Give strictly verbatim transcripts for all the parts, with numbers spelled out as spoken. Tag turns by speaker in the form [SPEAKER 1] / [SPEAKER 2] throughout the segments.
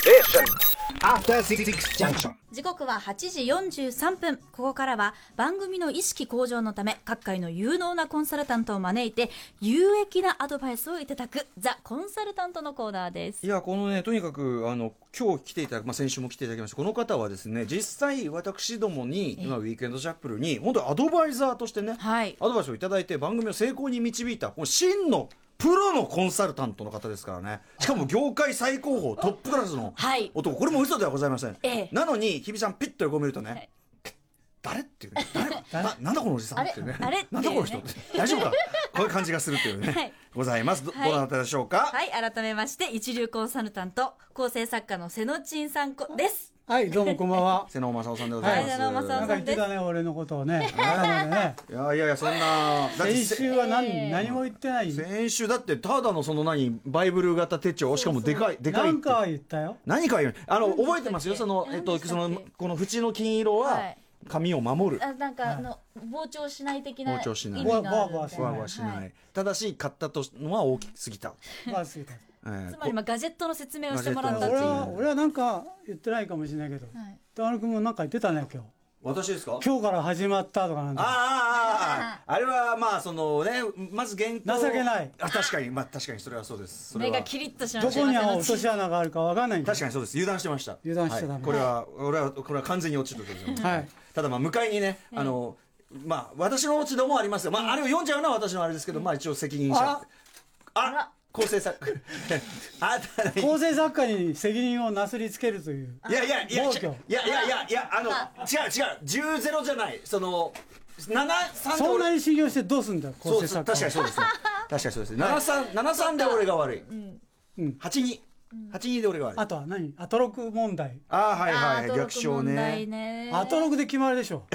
[SPEAKER 1] After Six Junction。
[SPEAKER 2] 時刻ははちじよんじゅうさんぷん。ここからは番組の意識向上のため各界の有能なコンサルタントを招いて有益なアドバイスをいただくザ・コンサルタントのコーナーです。
[SPEAKER 3] いやこのねとにかくあの今日来ていただく、まあ、先週も来ていただきましたこの方はですね実際私どもに今ウィークエンドシャッフルに本当にアドバイザーとしてね、
[SPEAKER 2] はい、
[SPEAKER 3] アドバイスをいただいて番組を成功に導いたこの真のプロのコンサルタントの方ですからね。しかも業界最高峰トップクラスの男、これも嘘ではございません、ええ、なのに日比さんピッと横見るとね、はい、誰っていうね誰な, なんだこのおじさんっていうね
[SPEAKER 2] あれ
[SPEAKER 3] なんだこの人って大丈夫かこういう感じがするっていうね、はい、ございます。 ど,、はい、どなたでしょうか。
[SPEAKER 2] はい、改めまして一流コンサルタント構成作家の瀬野珍さんです。
[SPEAKER 4] はい、どうもこんばんは。
[SPEAKER 3] 瀬野正夫さんでございます。
[SPEAKER 2] はい、瀬野正夫さんです。
[SPEAKER 4] なんか言ってたね、俺のことをね。ね
[SPEAKER 3] いやいやいや、そんな。
[SPEAKER 4] 先週は何、えー、何も言ってない。
[SPEAKER 3] 先週だってただのその何バイブル型手帳、しかもでかいでかい。
[SPEAKER 4] 何かは言ったよ。
[SPEAKER 3] 何か言う。あの覚えてますよ。そのえっとそのこの縁の金色は。はい、髪を守る。
[SPEAKER 2] あ、なんかあの、はい、膨張しない的な意味がある。
[SPEAKER 3] 膨張しない。
[SPEAKER 4] ボワボワ
[SPEAKER 3] ボワボワしない。はい、ただし買ったとのは大きすぎた。
[SPEAKER 4] まあすぎた。
[SPEAKER 2] えー、つまりまあガジェットの説明をしてもらったっていう。
[SPEAKER 4] 俺は俺はなんか言ってないかもしれないけど、田原君もなんか言ってたね今日。
[SPEAKER 3] 私ですか。
[SPEAKER 4] 今日から始まったとかなんだ。
[SPEAKER 3] あああああれはまあそのねまず原稿。
[SPEAKER 4] 情けない。
[SPEAKER 3] あ確かにまあ確かにそれはそうです。
[SPEAKER 2] 目がキリッとしました。
[SPEAKER 4] どこに落とし穴があるかわかんないんだ。
[SPEAKER 3] 確かにそうです。油断してました。
[SPEAKER 4] 油断してた、ね
[SPEAKER 3] はい。これは俺はこれは完全に落ちるとですね。はい。ただまあ向かいにねあの。まあ私の落ち度もありますよ。まああれを読んじゃうのは私のあれですけど、まあ一応責任者。ああ構成作家あ
[SPEAKER 4] 構成作家に責任をなすりつけるという。
[SPEAKER 3] いやいやいやいやいやいやいやあの違う違うじゅうゼロじゃないそのななさんで
[SPEAKER 4] そんなに信用してどうすんだ構成作家。
[SPEAKER 3] 確かにそうですね。確かにそうですね。ななさんななさんで俺が悪い。うん。はちにはちにで俺が悪い。
[SPEAKER 4] あとは何アトロク問題。
[SPEAKER 3] ああはいはい逆証ね。
[SPEAKER 4] アトロクで決まるでしょ。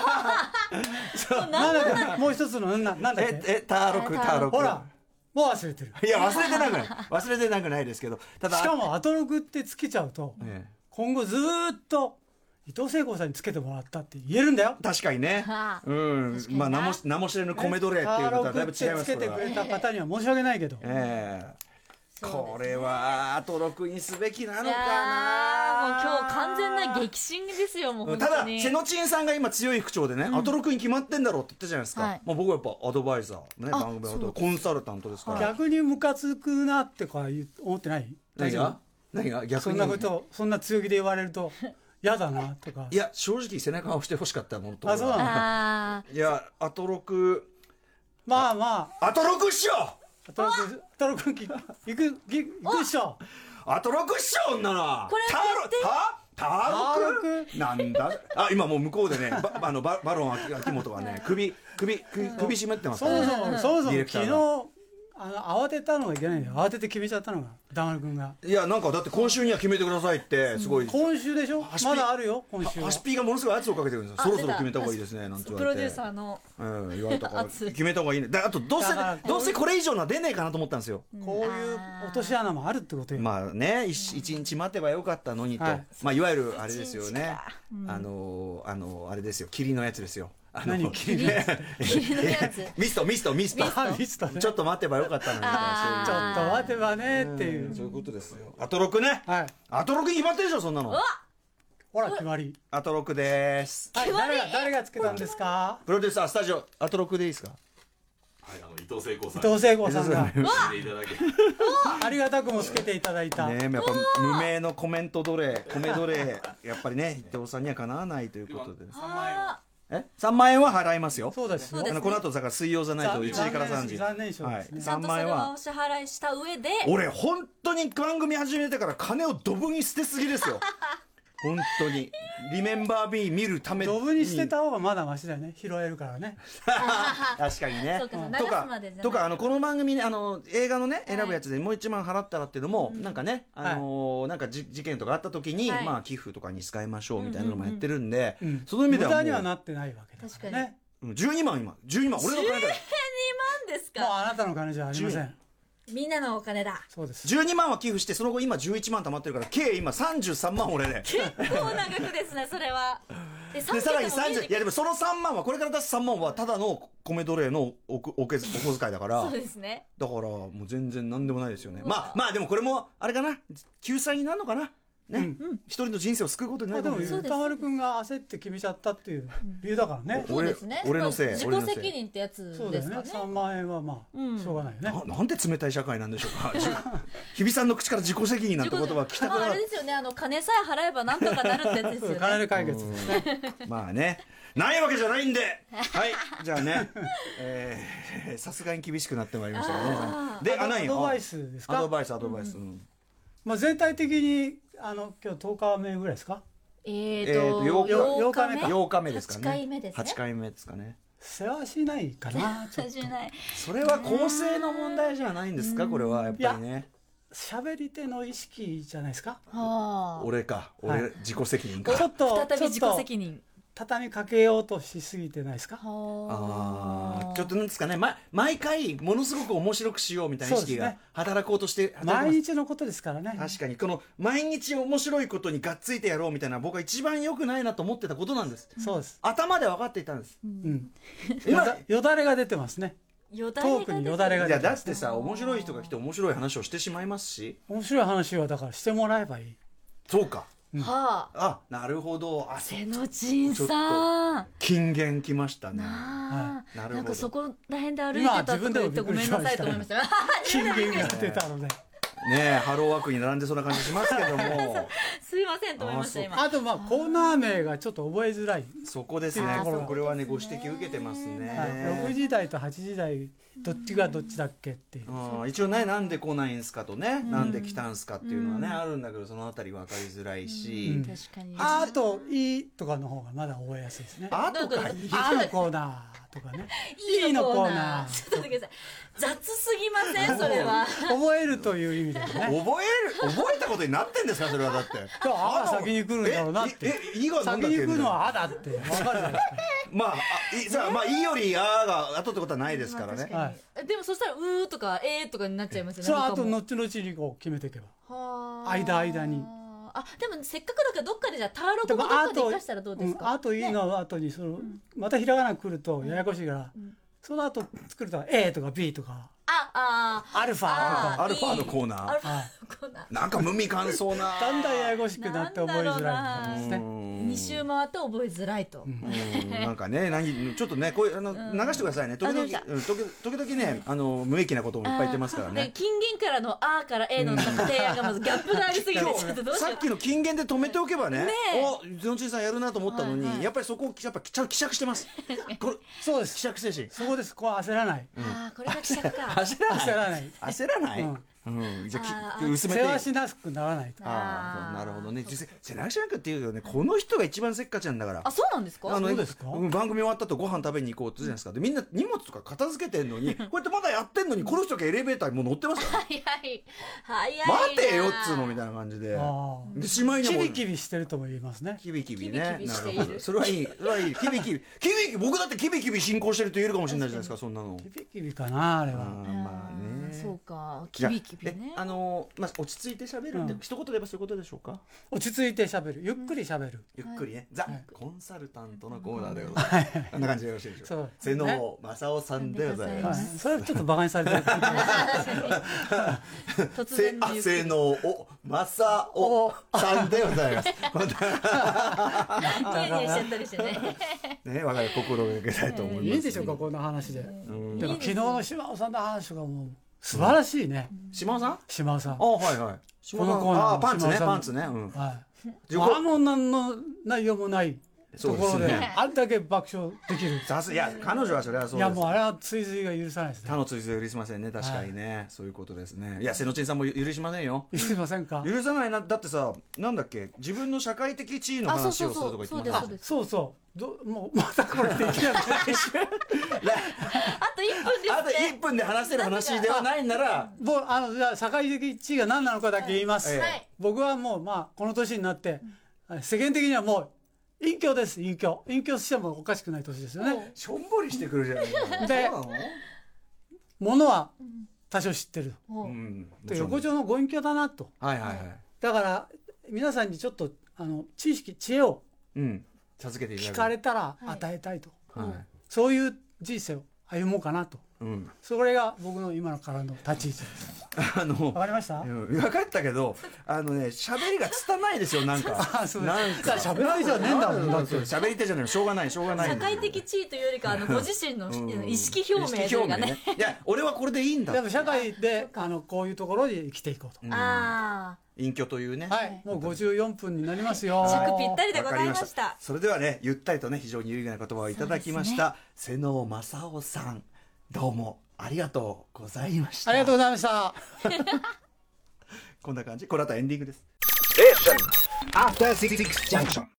[SPEAKER 4] なんだっけもう一つのななんだっけ
[SPEAKER 3] ええターロクターロク。
[SPEAKER 4] ほらもう忘れてる。
[SPEAKER 3] いや忘れてなくない忘れてなくないですけどただ
[SPEAKER 4] しかもアトロクってつけちゃうと、ええ、今後ずーっと伊藤聖子さんにつけてもらったって言えるんだよ。
[SPEAKER 3] 確かにね。うんまあ名も名も知れぬ米奴隷っていうことはだいぶ違いますから。
[SPEAKER 4] つけてくれた方には申し訳ないけど。
[SPEAKER 3] ええこれはアトロクにすべきなのかな。
[SPEAKER 2] もう今日完全な激震ですよもう本当に。
[SPEAKER 3] ただ瀬野珍さんが今強い口調でね、うん、アトロクに決まってんだろうって言ったじゃないですか、はい、もう僕はやっぱアドバイザー、ね、番組のコンサルタントですから。
[SPEAKER 4] 逆にムカつくなってか思ってない？
[SPEAKER 3] 何が何が逆に
[SPEAKER 4] そんなことそんな強気で言われると嫌だなとか。
[SPEAKER 3] いや正直背中を押してほしかった本当。
[SPEAKER 4] あそうな
[SPEAKER 3] の。いやアトロク
[SPEAKER 4] まあま
[SPEAKER 3] あアトロクっしょ。
[SPEAKER 4] アトロク、アトロク行く、行くっしょ。
[SPEAKER 3] アトロクっしょ、女の。
[SPEAKER 2] これ
[SPEAKER 3] タロ、タロクなんだ。あ、今もう向こうでね、ばあのババロン秋元がね、首、首、首、首絞めってますから。
[SPEAKER 4] そうそう、そうそう、昨日。あの慌てたのがいけないんだよ。慌てて決めちゃったのがダマル君が。
[SPEAKER 3] いやなんかだって今週には決めてくださいってすごい、
[SPEAKER 4] うん、今週でしょ。まだあるよ今週は。
[SPEAKER 3] ハシピーがものすごい圧をかけてるんですよ。そろそろ決めた方がいいですねなんて言われて。
[SPEAKER 2] プロデューサーの、
[SPEAKER 3] うん、言われたから決めた方がいいね。だあとどうせどうせこれ以上のは出ねえかなと思ったんですよ。
[SPEAKER 4] こういう落とし穴もあるってことよ。
[SPEAKER 3] まあね一日待てばよかったのにと、はい、まあいわゆるあれですよね。うん、あのあのあれですよ霧のやつですよ。
[SPEAKER 4] 何
[SPEAKER 2] 霧のやつ
[SPEAKER 3] ミストミストミスト
[SPEAKER 4] ミスト、ね、
[SPEAKER 3] ちょっと待てばよかったのに
[SPEAKER 4] ちょっと待てばねっていう、
[SPEAKER 3] うん、そういうことですよ。アトロクね、はい、アトロクに決まってるでしょそんなの。
[SPEAKER 4] ほら決まり
[SPEAKER 3] アトロクです、
[SPEAKER 4] はい、誰が誰がつけたんですか。
[SPEAKER 3] プロデューサースタジオアトロクでいいですか。
[SPEAKER 5] はい、あの伊藤聖子さん
[SPEAKER 4] 伊藤聖子さんが
[SPEAKER 5] あ
[SPEAKER 4] りがたくもつけていただいた、
[SPEAKER 3] ね、やっぱ無名のコメント奴隷米奴隷やっぱりね伊藤さんにはかなわないということでさんまんえんはえさんまんえんは払いますよ。
[SPEAKER 4] そうですよ。
[SPEAKER 3] あのこの後だから水曜じゃないといちじからさんじ
[SPEAKER 4] 残念賞ですね、
[SPEAKER 2] はい、ちゃんとそれはお支払いした上で。
[SPEAKER 3] 俺本当に番組始めてから金をドブに捨てすぎですよ本当にリメンバービー見るために
[SPEAKER 4] ドブに捨てた方がまだマシだよね。拾えるからね
[SPEAKER 3] 確かにね。とかとかあのこの番組ねあの映画のね選ぶやつでもういちまん払ったらっていうのも、はい、なんかねあのーはい、なんかじ事件とかあった時に、はい、まあ寄付とかに使いましょうみたいなのもやってるんで、うんうんうん、その意味ではもう無
[SPEAKER 4] 駄にはなってないわけだからね。
[SPEAKER 3] じゅうにまん今じゅうにまん俺の金だよ。
[SPEAKER 2] じゅうにまんですか。
[SPEAKER 4] もうあなたの金じゃありません。
[SPEAKER 2] みんなのお金だ。
[SPEAKER 4] そうです。
[SPEAKER 3] じゅうにまんは寄付してその後今じゅういちまん貯まってるから計今さんじゅうさんまん俺で
[SPEAKER 2] 結構な額ですねそれは。
[SPEAKER 3] でさらにさんじゅういやでもそのさんまんはこれから出すさんまんはただの米奴隷のおおおお小遣いだから
[SPEAKER 2] そうですね。
[SPEAKER 3] だからもう全然なんでもないですよね。まあまあでもこれもあれかな救済になるのかな。 ね、一人の人生を救うことになるかもしれない。
[SPEAKER 4] でも歌丸くんが焦って決めちゃったっていう理由だからね。
[SPEAKER 2] そうですね。
[SPEAKER 3] 俺のせい。
[SPEAKER 2] 自己責任ってやつ
[SPEAKER 4] そう
[SPEAKER 2] ですかね。
[SPEAKER 4] だよね。さんまんえんはまあしょうがないよね。
[SPEAKER 3] な、なんて冷たい社会なんでしょうか。日比さんの口から自己責任なんて言葉は聞きたくない。
[SPEAKER 2] あれですよね。あの金さえ払えばなんとかなるってやつですよね。
[SPEAKER 4] 金で解決ですね。
[SPEAKER 3] まあね。ないわけじゃないんで、はい、じゃあね、えー、さすがに厳しくなってまいりましたね。で、
[SPEAKER 4] アドバイスですか？
[SPEAKER 3] アドバイス、アドバイス。うんうん、
[SPEAKER 4] まあ全体的にあの今日とおかめぐらいですか？
[SPEAKER 2] えーと、
[SPEAKER 3] よ
[SPEAKER 2] うかめ
[SPEAKER 3] か、ようかめですかね。
[SPEAKER 2] はちかいめですね。
[SPEAKER 3] はちかいめですかね。
[SPEAKER 4] 世話しないかな。
[SPEAKER 2] 世話しない。
[SPEAKER 3] それは構成の問題じゃないんですか？これはやっぱりね。
[SPEAKER 4] 喋り手の意識じゃないですか？
[SPEAKER 2] はあ、
[SPEAKER 3] 俺か、俺、はい、自己責任か。
[SPEAKER 4] ちょっと
[SPEAKER 2] 再び自己責任。
[SPEAKER 4] 畳みかけようとしすぎてないですか？
[SPEAKER 3] ああ、ちょっとなんですかね、ま、毎回ものすごく面白くしようみたいな意識が働こうとして、
[SPEAKER 4] 毎日のことですからね。
[SPEAKER 3] 確かにこの毎日面白いことにがっついてやろうみたいな、僕は一番良くないなと思ってたことなんです。
[SPEAKER 4] そうです。
[SPEAKER 3] 頭で分かっていたんです。
[SPEAKER 4] うん。今よだれが出てますね。
[SPEAKER 2] よ
[SPEAKER 4] トークによだれが出てます。
[SPEAKER 3] いやだってさ、面白い人が来て面白い話をしてしまいますし。
[SPEAKER 4] 面白い話はだからしてもらえばいい。
[SPEAKER 3] そうか。
[SPEAKER 2] は
[SPEAKER 3] あ、あ、なるほど。あ、
[SPEAKER 2] 瀬野陳さん、
[SPEAKER 3] 金言きましたね。
[SPEAKER 2] な
[SPEAKER 3] るほど。
[SPEAKER 2] なんかそこら辺で歩いてたとか言ってごめんなさいと思いました。
[SPEAKER 4] 金言が出たので。
[SPEAKER 3] ねえ、ハローワークに並んでそうな感じしますけども
[SPEAKER 2] すいませんと思いました今。
[SPEAKER 4] あとまあコーナー名がちょっと覚えづらい。
[SPEAKER 3] そこですね。これはねご指摘受けてますね。
[SPEAKER 4] ろくじ台とはちじ台どっちがどっちだっけっていう。
[SPEAKER 3] 一応ね、なんで来ないんすかとね、なんで来たんすかっていうのはねあるんだけど、そのあたり分かりづらいし、
[SPEAKER 2] 確かに。
[SPEAKER 4] あといとかの方がまだ覚えやすいですね。
[SPEAKER 3] あとかい
[SPEAKER 4] あのコーナーとかね。いのコーナー。
[SPEAKER 2] ちょっと待ってください。雑すぎませんそれは。
[SPEAKER 4] 覚えるという意味でね。
[SPEAKER 3] 覚える覚えたことになってんですかそれは。だって
[SPEAKER 4] あが先に来るんだろうなって。
[SPEAKER 3] えいが
[SPEAKER 4] 先に来るのはあだって分かるじゃないですか。
[SPEAKER 3] まあいさまあいよりあが後ってことはないですからね。
[SPEAKER 2] でもそしたらうーとかえーとかになっちゃいますよね。
[SPEAKER 4] それはあと後々にこう決めていけば。間間に。
[SPEAKER 2] あ、でもせっかくだからどっかでじゃあターロコもどっかで生かしたらどうですか。
[SPEAKER 4] あといいの後にそのまたひらがな来るとややこしいから、その後作ると A とか B とか。
[SPEAKER 2] ああ
[SPEAKER 4] アルファとか
[SPEAKER 3] アルファのコーナー。
[SPEAKER 2] アルファのコーナー。
[SPEAKER 3] なんか無味乾燥な。
[SPEAKER 4] だんだんややこしくなって覚えづらいですね。
[SPEAKER 2] 二周回って覚えづらいと。
[SPEAKER 3] なんかね、何ちょっとね、こういうあの流してくださいね。時々時々ね、あの無益なこともいっぱい言ってますからね。
[SPEAKER 2] 金言からのあから A の提案がまずギャップがありすぎて、ちょっとどうしよう。
[SPEAKER 3] さっきの金言で止めておけばね、おゼノチンさんやるなと思ったのに、やっぱりそこをやっぱちゃんと希釈してます。これ
[SPEAKER 4] そうです。
[SPEAKER 3] 希釈精神。
[SPEAKER 4] そこです。こう焦らない。
[SPEAKER 2] ああ、これが希釈か。
[SPEAKER 3] 焦らない。焦らない。うん、じゃあ薄めて
[SPEAKER 4] 世話しなくならないと。
[SPEAKER 3] ああ、なるほどね。世話しなくっていうよね、この人が一番せっかちなんだから。
[SPEAKER 2] あ、そうなんですか。
[SPEAKER 3] あの
[SPEAKER 4] そうですか。
[SPEAKER 3] 番組終わった後ご飯食べに行こうって言うじゃないですか。でみんな荷物とか片付けてんのにこうやってまだやってんのに、この人がエレベーターにもう乗ってますから。
[SPEAKER 2] 早い早い。
[SPEAKER 3] 待てよっつうのみたいな感じで。でしまいに
[SPEAKER 4] キビキビしてるとも言いますね。
[SPEAKER 3] キビキビね。なるほど。それはいい。それはいい。キビキビキビキビ僕だってキビキビ進行してると言えるかもしれないじゃないですかそんなの。
[SPEAKER 4] キビキビかなあれは。
[SPEAKER 2] まあね。そうか。キビキビね。
[SPEAKER 3] あの。まあ、落ち着いて喋るって、一言で言えばそういうことでしょうか。
[SPEAKER 4] 落ち着いて喋る、ゆっくり喋る、
[SPEAKER 3] ゆっくりね。ザコンサルタントのコーナーでございます。こんな感じでよろしいでしょうか。瀬野正夫さんでございます。
[SPEAKER 4] それはちょっと馬鹿にされてる。
[SPEAKER 2] 突然の
[SPEAKER 3] 瀬野正夫さんでございます。
[SPEAKER 2] ニヤニヤしちゃったりしてね。
[SPEAKER 3] ね、我が家心がけたいと思います。
[SPEAKER 4] いいでしょうかこの話で。でも昨日の島尾さんの話がもう素晴らしいね。
[SPEAKER 3] 島尾さん？
[SPEAKER 4] 島尾さん。
[SPEAKER 3] あ、はいはい。
[SPEAKER 4] このコーナー。
[SPEAKER 3] あ、パンツね、パンツね。うん。
[SPEAKER 4] はい。あの何の内容もないところであれだけ爆笑できる。
[SPEAKER 3] さすいや彼女はそれはそうです。
[SPEAKER 4] いやもうあれは追随が許さないですね。
[SPEAKER 3] 他の追随は許しませんね。確かにね、そういうことですね。いや瀬野珍さんも許しませんよ。
[SPEAKER 4] 許しませんか。
[SPEAKER 3] 許さないな。だってさ、なんだっけ、自分の社会的地位の話をするとか言ってました。
[SPEAKER 4] そうそう。どもうまたこれできない。あといっぷんですね。
[SPEAKER 3] あといっぷんで話せる話ではないなら、
[SPEAKER 4] もうあのじゃあ社会的地位が何なのかだけ言います。はい、僕はもうまあこの年になって、うん、世間的にはもう隠居です。隠居隠居してもおかしくない年ですよね。
[SPEAKER 3] しょんぼりしてくるじゃないですか。
[SPEAKER 4] でものは多少知ってる、
[SPEAKER 3] うん、
[SPEAKER 4] 横丁のご隠居だなと。
[SPEAKER 3] はいはいはい。
[SPEAKER 4] だから皆さんにちょっとあの知識知恵を、
[SPEAKER 3] うん、授けていただく。
[SPEAKER 4] 聞かれたら与えたいと、はい、そういう人生を歩もうかなとうん、それが僕の今の体の立ち位置です。あの分かりました？
[SPEAKER 3] 分かったけど、あのね喋りがつたないですよ。なんか
[SPEAKER 4] あそうなんか喋り手じゃねえんだもん。だって
[SPEAKER 3] 喋り手じゃない、しょうがないしょうがない。
[SPEAKER 2] 社会的地位というよりかあのご自身の意識表明というかね。
[SPEAKER 3] いや俺はこれでいいんだ。
[SPEAKER 4] でも社会であのこういうところに生きていこうと。
[SPEAKER 2] ああ。
[SPEAKER 3] 隠居というね。
[SPEAKER 4] はい、もうごじゅうよんぷんになりますよ。
[SPEAKER 2] 尺ぴったりでございました。
[SPEAKER 3] それではね、ゆったりとね非常に有意義な言葉をいただきました、ね、瀬能正夫さん、どうもありがとうございました。
[SPEAKER 4] ありがとうございました。
[SPEAKER 3] こんな感じ。この後エンディングです。
[SPEAKER 1] After Six Junction